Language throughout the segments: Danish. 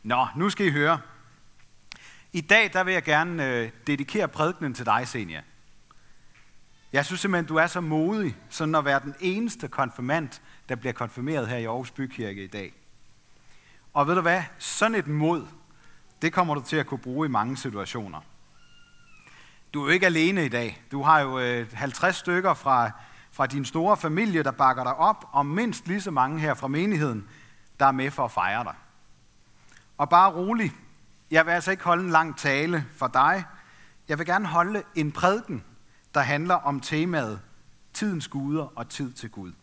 Nå, nu skal I høre. I dag der vil jeg gerne dedikere prædikenen til dig, Senja. Jeg synes simpelthen, du er så modig, sådan at være den eneste konfirmand, der bliver konfirmeret her i Aarhus Bykirke i dag. Og ved du hvad? Sådan et mod, det kommer du til at kunne bruge i mange situationer. Du er jo ikke alene i dag. Du har jo 50 stykker fra din store familie, der bakker dig op, og mindst lige så mange her fra menigheden, der er med for at fejre dig. Og bare rolig, jeg vil altså ikke holde en lang tale for dig. Jeg vil gerne holde en prædiken, der handler om temaet tidens guder og tid til Gud.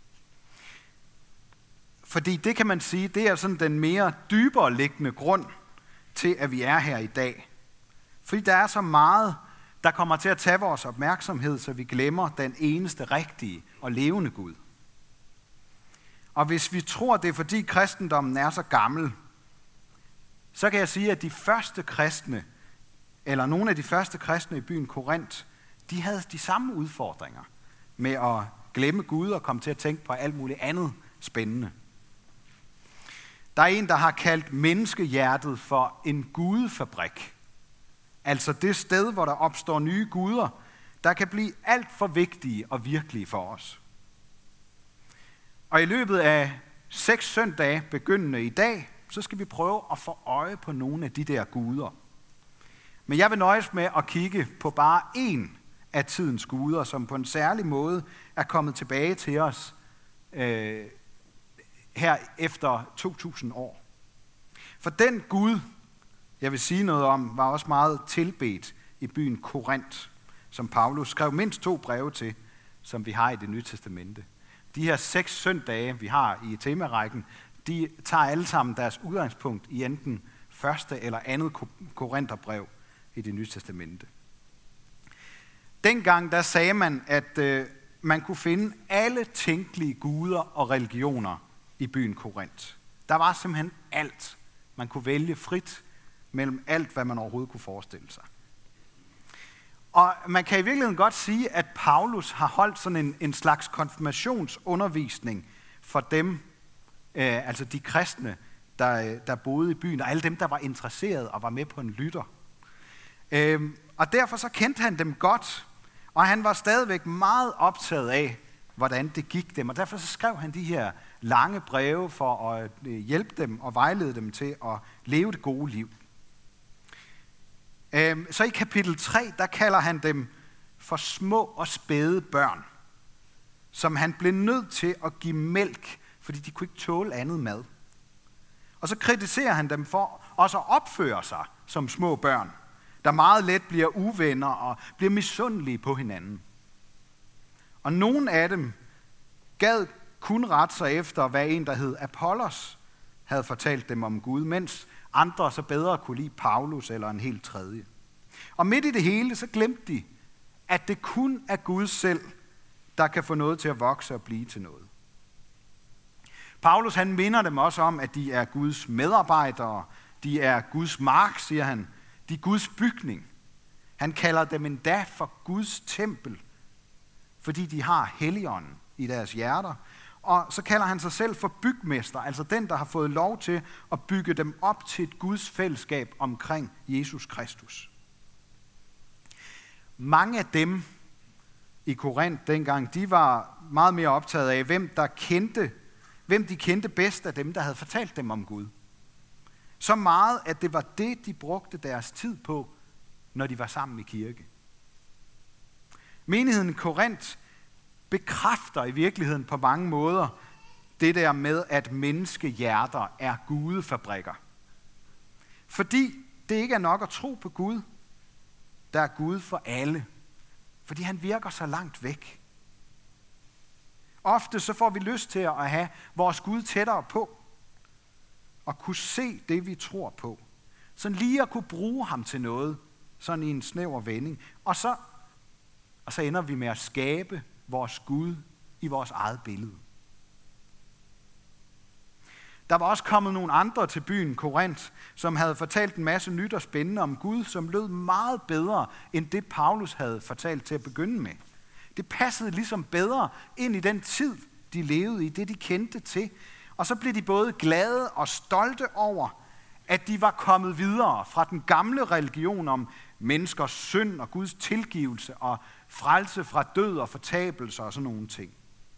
Fordi det kan man sige, det er sådan den mere dybere liggende grund til, at vi er her i dag. Fordi der er så meget, der kommer til at tage vores opmærksomhed, så vi glemmer den eneste rigtige og levende Gud. Og hvis vi tror, det er fordi kristendommen er så gammel, så kan jeg sige, at de første kristne, eller nogle af de første kristne i byen Korinth, de havde de samme udfordringer med at glemme Gud og komme til at tænke på alt muligt andet spændende. Der er en, der har kaldt menneskehjertet for en gudefabrik. Altså det sted, hvor der opstår nye guder, der kan blive alt for vigtige og virkelige for os. Og i løbet af 6 søndage, begyndende i dag, så skal vi prøve at få øje på nogle af de der guder. Men jeg vil nøjes med at kigge på bare én af tidens guder, som på en særlig måde er kommet tilbage til os her efter 2000 år. For den Gud, jeg vil sige noget om, var også meget tilbedt i byen Korinth, som Paulus skrev mindst 2 breve til, som vi har i Det Nye Testamente. De her 6 søndage, vi har i temarækken, de tager alle sammen deres udgangspunkt i enten første eller andet Korintherbrev i Det Nye Testamente. Dengang der sagde man, at man kunne finde alle tænkelige guder og religioner i byen Korinth. Der var simpelthen alt. Man kunne vælge frit mellem alt, hvad man overhovedet kunne forestille sig. Og man kan i virkeligheden godt sige, at Paulus har holdt sådan en slags konfirmationsundervisning for dem, altså de kristne, der boede i byen, og alle dem, der var interesserede og var med på en lytter. Og derfor så kendte han dem godt, og han var stadigvæk meget optaget af, hvordan det gik dem. Og derfor så skrev han de her lange breve for at hjælpe dem og vejlede dem til at leve det gode liv. Så i kapitel 3, der kalder han dem for små og spæde børn, som han blev nødt til at give mælk, fordi de kunne ikke tåle andet mad. Og så kritiserer han dem for også at opføre sig som små børn, der meget let bliver uvenner og bliver misundelige på hinanden. Og nogle af dem gad kun rette sig efter, hvad en, der hed Apollos, havde fortalt dem om Gud, mens andre så bedre kunne lide Paulus eller en helt tredje. Og midt i det hele, så glemte de, at det kun er Gud selv, der kan få noget til at vokse og blive til noget. Paulus han minder dem også om, at de er Guds medarbejdere, de er Guds mark, siger han, de er Guds bygning. Han kalder dem endda for Guds tempel, fordi de har Helligånden i deres hjerter. Og så kalder han sig selv for bygmester, altså den, der har fået lov til at bygge dem op til et Guds fællesskab omkring Jesus Kristus. Mange af dem i Korinth dengang, de var meget mere optaget af, hvem de kendte bedst af dem, der havde fortalt dem om Gud. Så meget, at det var det, de brugte deres tid på, når de var sammen i kirke. Menigheden i Korinth bekræfter i virkeligheden på mange måder det der med, at menneskehjerter er gudefabrikker. Fordi det ikke er nok at tro på Gud, der er Gud for alle. Fordi han virker så langt væk. Ofte så får vi lyst til at have vores Gud tættere på, og kunne se det, vi tror på. Sådan lige at kunne bruge ham til noget, sådan i en snæver vending. Og så ender vi med at skabe vores Gud i vores eget billede. Der var også kommet nogle andre til byen Korinth, som havde fortalt en masse nyt og spændende om Gud, som lød meget bedre, end det Paulus havde fortalt til at begynde med. Det passede ligesom bedre ind i den tid, de levede i, det de kendte til. Og så blev de både glade og stolte over, at de var kommet videre fra den gamle religion om menneskers synd og Guds tilgivelse og frelse fra død og fortabelse og sådan nogle ting.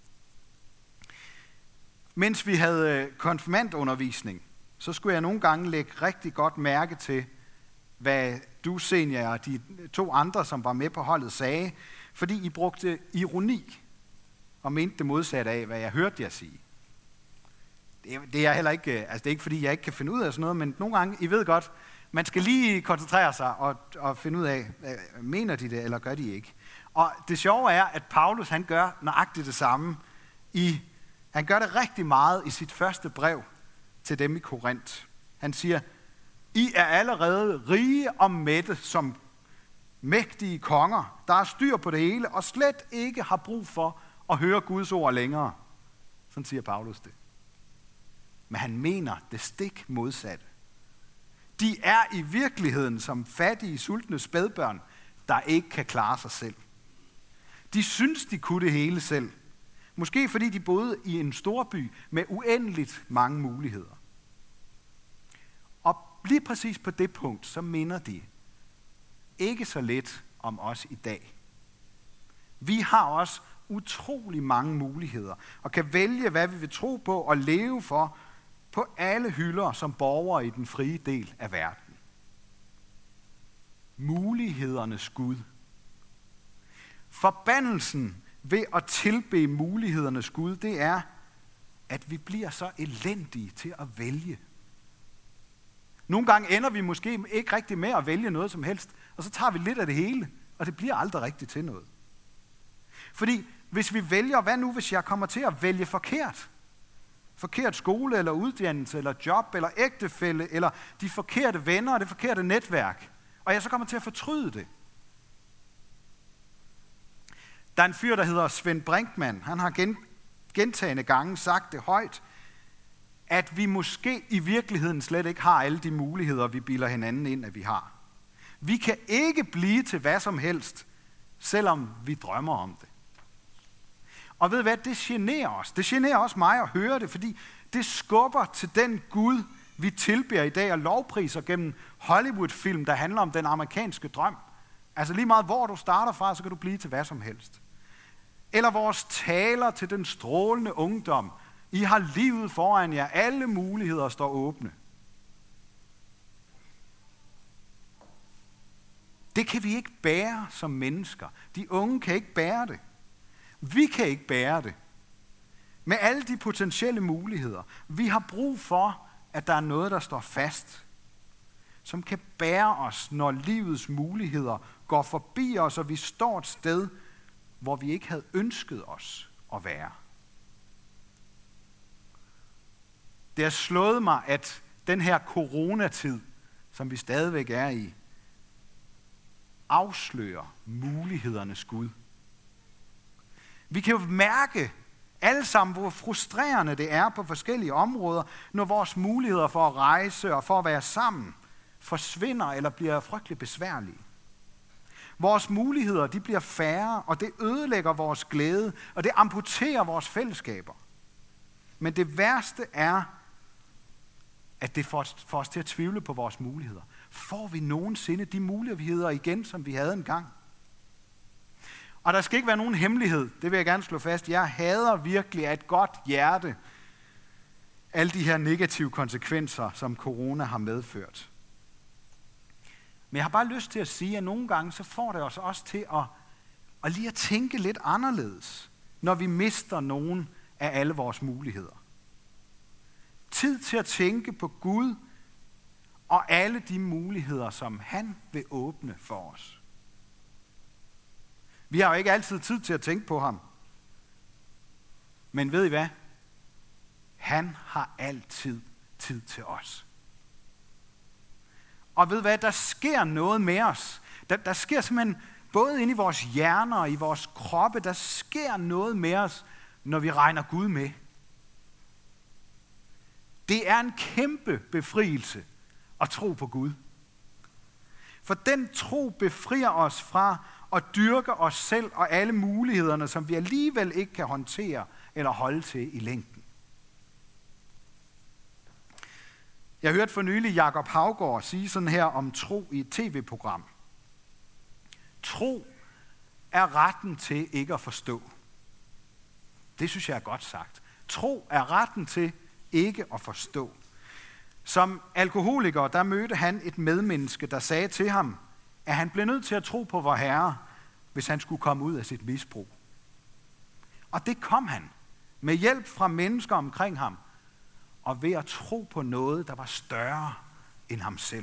Mens vi havde konfirmandundervisning, så skulle jeg nogle gange lægge rigtig godt mærke til, hvad du, Senja, og de 2 andre, som var med på holdet, sagde, fordi I brugte ironi og mente det modsatte af, hvad jeg hørte jer sige. Det er heller ikke, altså det er ikke fordi, jeg ikke kan finde ud af sådan noget, men nogle gange, I ved godt, man skal lige koncentrere sig og finde ud af, mener de det, eller gør de ikke. Og det sjove er, at Paulus, han gør nøjagtigt det samme. Han gør det rigtig meget i sit første brev til dem i Korint. Han siger, I er allerede rige og mætte som mægtige konger, der har styr på det hele, og slet ikke har brug for at høre Guds ord længere. Sådan siger Paulus det. Men han mener det stik modsatte. De er i virkeligheden som fattige, sultne spædbørn, der ikke kan klare sig selv. De synes, de kunne det hele selv. Måske fordi de boede i en storby med uendeligt mange muligheder. Og lige præcis på det punkt, så minder de ikke så lidt om os i dag. Vi har også utrolig mange muligheder, og kan vælge, hvad vi vil tro på og leve for, på alle hylder som borgere i den frie del af verden. Mulighedernes Gud. Forbandelsen ved at tilbede mulighedernes Gud, det er, at vi bliver så elendige til at vælge. Nogle gange ender vi måske ikke rigtig med at vælge noget som helst, og så tager vi lidt af det hele, og det bliver aldrig rigtigt til noget. Fordi hvis vi vælger, hvad nu hvis jeg kommer til at vælge forkert? Forkert skole, eller uddannelse, eller job, eller ægtefælle, eller de forkerte venner og det forkerte netværk, og jeg så kommer til at fortryde det. Der er en fyr, der hedder Svend Brinkmann. Han har gentagne gange sagt det højt, at vi måske i virkeligheden slet ikke har alle de muligheder, vi bilder hinanden ind, at vi har. Vi kan ikke blive til hvad som helst, selvom vi drømmer om det. Og ved hvad, det generer os. Det generer også mig at høre det, fordi det skubber til den Gud, vi tilbeder i dag og lovpriser gennem Hollywood-film, der handler om den amerikanske drøm. Altså lige meget hvor du starter fra, så kan du blive til hvad som helst. Eller vores taler til den strålende ungdom. I har livet foran jer, alle muligheder står åbne. Det kan vi ikke bære som mennesker. De unge kan ikke bære det. Vi kan ikke bære det. Med alle de potentielle muligheder. Vi har brug for, at der er noget, der står fast, som kan bære os, når livets muligheder går forbi os, og vi står et sted, hvor vi ikke havde ønsket os at være. Det har slået mig, at den her coronatid, som vi stadigvæk er i, afslører mulighedernes Gud. Vi kan jo mærke alle sammen, hvor frustrerende det er på forskellige områder, når vores muligheder for at rejse og for at være sammen forsvinder eller bliver frygtelig besværlige. Vores muligheder, de bliver færre, og det ødelægger vores glæde, og det amputerer vores fællesskaber. Men det værste er, at det får os til at tvivle på vores muligheder. Får vi nogensinde de muligheder igen, som vi havde engang? Og der skal ikke være nogen hemmelighed, det vil jeg gerne slå fast. Jeg hader virkelig af et godt hjerte alle de her negative konsekvenser, som corona har medført. Men jeg har bare lyst til at sige, at nogle gange så får det os også til at lige at tænke lidt anderledes, når vi mister nogen af alle vores muligheder. Tid til at tænke på Gud og alle de muligheder, som han vil åbne for os. Vi har jo ikke altid tid til at tænke på ham. Men ved I hvad? Han har altid tid til os. Og ved hvad? Der sker noget med os. Der sker simpelthen både inde i vores hjerner og i vores kroppe, der sker noget med os, når vi regner Gud med. Det er en kæmpe befrielse at tro på Gud. For den tro befrier os fra at dyrke os selv og alle mulighederne, som vi alligevel ikke kan håndtere eller holde til i længden. Jeg hørte for nylig Jakob Haugaard sige sådan her om tro i et tv-program. Tro er retten til ikke at forstå. Det synes jeg er godt sagt. Tro er retten til ikke at forstå. Som alkoholiker, der mødte han et medmenneske, der sagde til ham, at han blev nødt til at tro på vor Herre, hvis han skulle komme ud af sit misbrug. Og det kom han med hjælp fra mennesker omkring ham, og ved at tro på noget, der var større end ham selv.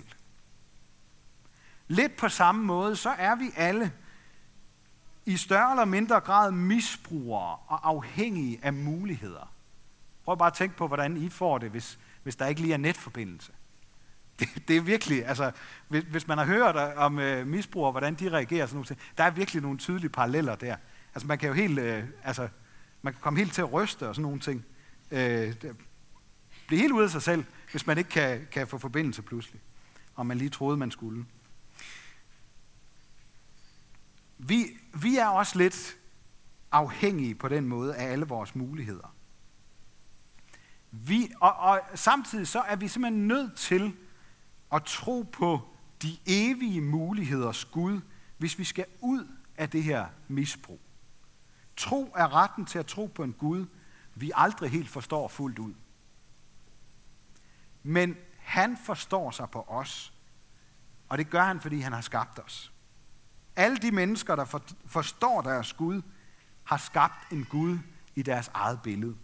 Lidt på samme måde, så er vi alle i større eller mindre grad misbrugere og afhængige af muligheder. Prøv bare at tænke på, hvordan I får det, hvis der ikke lige er netforbindelse. Det er virkelig, altså, hvis man har hørt om misbrugere, hvordan de reagerer, sådan noget, der er virkelig nogle tydelige paralleller der. Altså, man kan jo man kan komme helt til at ryste og sådan nogle ting. Blive helt ude af sig selv, hvis man ikke kan få forbindelse pludselig, og man lige troede, man skulle. Vi er også lidt afhængige på den måde af alle vores muligheder. Og samtidig så er vi simpelthen nødt til at tro på de evige muligheders Gud, hvis vi skal ud af det her misbrug. Tro er retten til at tro på en Gud, vi aldrig helt forstår fuldt ud. Men han forstår sig på os, og det gør han, fordi han har skabt os. Alle de mennesker, der forstår deres Gud, har skabt en Gud i deres eget billede.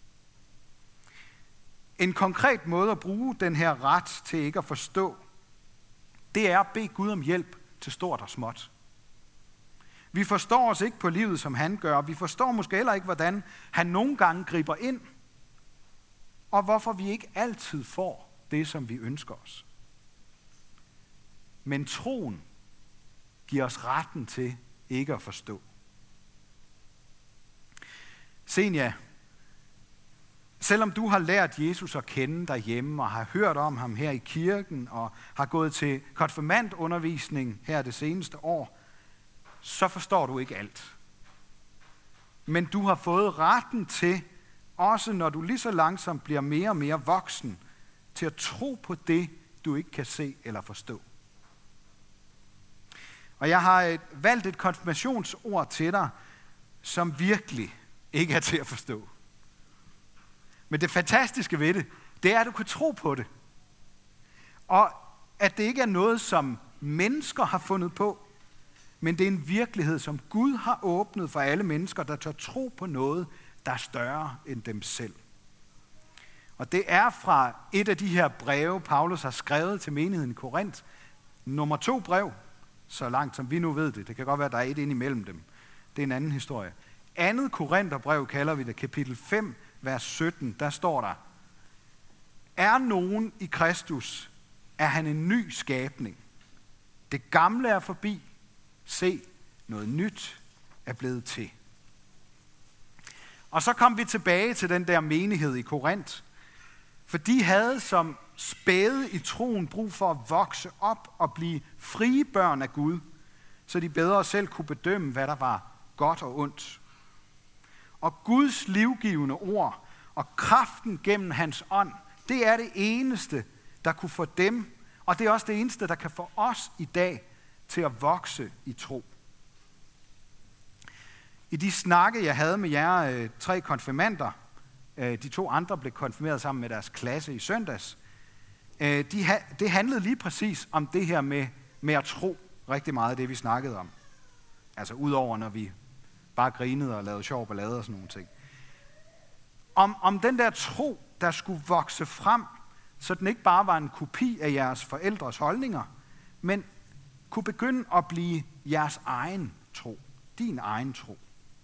En konkret måde at bruge den her ret til ikke at forstå, det er at bede Gud om hjælp til stort og småt. Vi forstår os ikke på livet, som han gør, og vi forstår måske heller ikke, hvordan han nogle gange griber ind, og hvorfor vi ikke altid får det, som vi ønsker os. Men troen giver os retten til ikke at forstå. Senja, selvom du har lært Jesus at kende derhjemme, og har hørt om ham her i kirken, og har gået til konfirmandundervisning her det seneste år, så forstår du ikke alt. Men du har fået retten til, også når du lige så langsomt bliver mere og mere voksen, til at tro på det, du ikke kan se eller forstå. Og jeg har valgt et konfirmationsord til dig, som virkelig ikke er til at forstå. Men det fantastiske ved det er, at du kan tro på det. Og at det ikke er noget, som mennesker har fundet på, men det er en virkelighed, som Gud har åbnet for alle mennesker, der tør tro på noget, der er større end dem selv. Og det er fra et af de her breve, Paulus har skrevet til menigheden i Korinth. Nummer 2 brev, så langt som vi nu ved det. Det kan godt være, at der er et ind imellem dem. Det er en anden historie. 2. Korintherbrev kalder vi det, kapitel 5, vers 17. Der står der: Er nogen i Kristus, er han en ny skabning. Det gamle er forbi. Se, noget nyt er blevet til. Og så kom vi tilbage til den der menighed i Korinth. For de havde som spæde i troen brug for at vokse op og blive frie børn af Gud, så de bedre selv kunne bedømme, hvad der var godt og ondt. Og Guds livgivende ord og kraften gennem hans ånd, det er det eneste, der kunne få dem, og det er også det eneste, der kan få os i dag til at vokse i tro. I de snakke, jeg havde med jer 3 konfirmander, de 2 andre blev konfirmeret sammen med deres klasse i søndags, det handlede lige præcis om det her med at tro rigtig meget af det, vi snakkede om. Altså udover, når vi bare grinede og lavede sjov ballade og sådan nogle ting. Om den der tro, der skulle vokse frem, så den ikke bare var en kopi af jeres forældres holdninger, men kunne begynde at blive jeres egen tro. Din egen tro.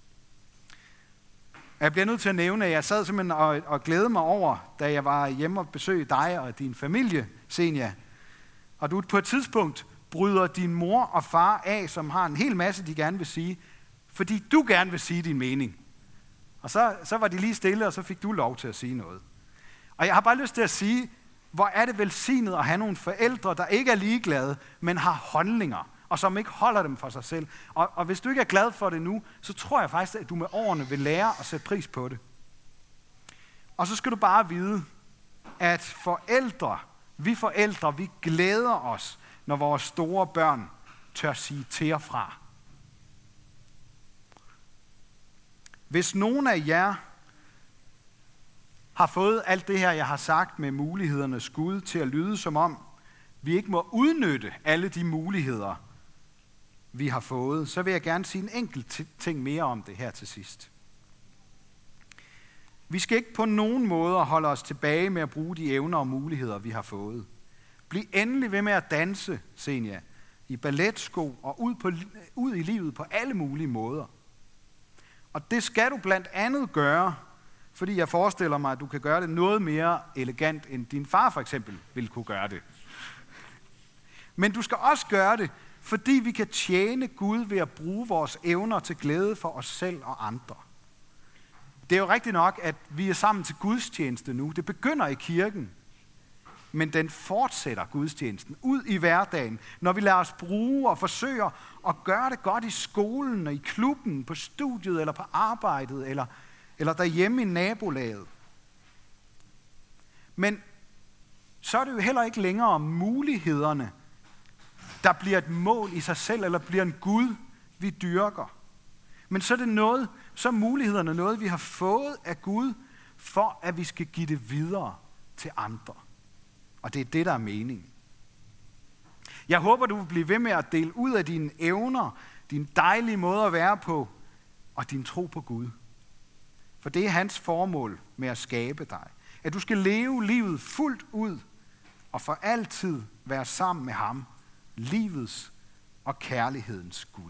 Jeg bliver nødt til at nævne, at jeg sad simpelthen og glædede mig over, da jeg var hjemme og besøgte dig og din familie, Senja. Og du på et tidspunkt bryder din mor og far af, som har en hel masse, de gerne vil sige, fordi du gerne vil sige din mening. Og så var de lige stille, og så fik du lov til at sige noget. Og jeg har bare lyst til at sige, hvor er det velsignet at have nogle forældre, der ikke er ligeglade, men har holdninger, og som ikke holder dem for sig selv. Og hvis du ikke er glad for det nu, så tror jeg faktisk, at du med årene vil lære at sætte pris på det. Og så skal du bare vide, at forældre, Vi forældre, vi glæder os, når vores store børn tør sige til og fra. Hvis nogen af jer har fået alt det her, jeg har sagt med mulighedernes Gud, til at lyde som om, vi ikke må udnytte alle de muligheder, vi har fået, så vil jeg gerne sige en enkelt ting mere om det her til sidst. Vi skal ikke på nogen måde holde os tilbage med at bruge de evner og muligheder, vi har fået. Bliv endelig ved med at danse, Senja, i balletsko og ud i livet på alle mulige måder. Og det skal du blandt andet gøre, fordi jeg forestiller mig, at du kan gøre det noget mere elegant, end din far for eksempel ville kunne gøre det. Men du skal også gøre det, fordi vi kan tjene Gud ved at bruge vores evner til glæde for os selv og andre. Det er jo rigtigt nok, at vi er sammen til gudstjeneste nu. Det begynder i kirken, men den fortsætter gudstjenesten ud i hverdagen, når vi lader os bruge og forsøger at gøre det godt i skolen og i klubben, på studiet eller på arbejdet eller derhjemme i nabolaget. Men så er det jo heller ikke længere mulighederne, der bliver et mål i sig selv, eller bliver en Gud, vi dyrker. Men så er mulighederne noget, vi har fået af Gud, for at vi skal give det videre til andre. Og det er det, der er meningen. Jeg håber, du vil blive ved med at dele ud af dine evner, din dejlige måde at være på, og din tro på Gud. For det er hans formål med at skabe dig. At du skal leve livet fuldt ud, og for altid være sammen med ham, livets og kærlighedens Gud.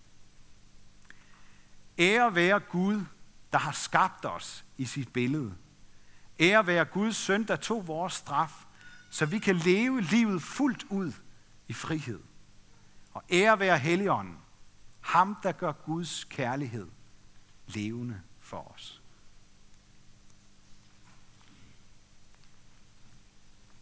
Ære være Gud, der har skabt os i sit billede. Ære være Guds søn, der tog vores straf, så vi kan leve livet fuldt ud i frihed. Og ære være Helligånden, ham der gør Guds kærlighed levende for os.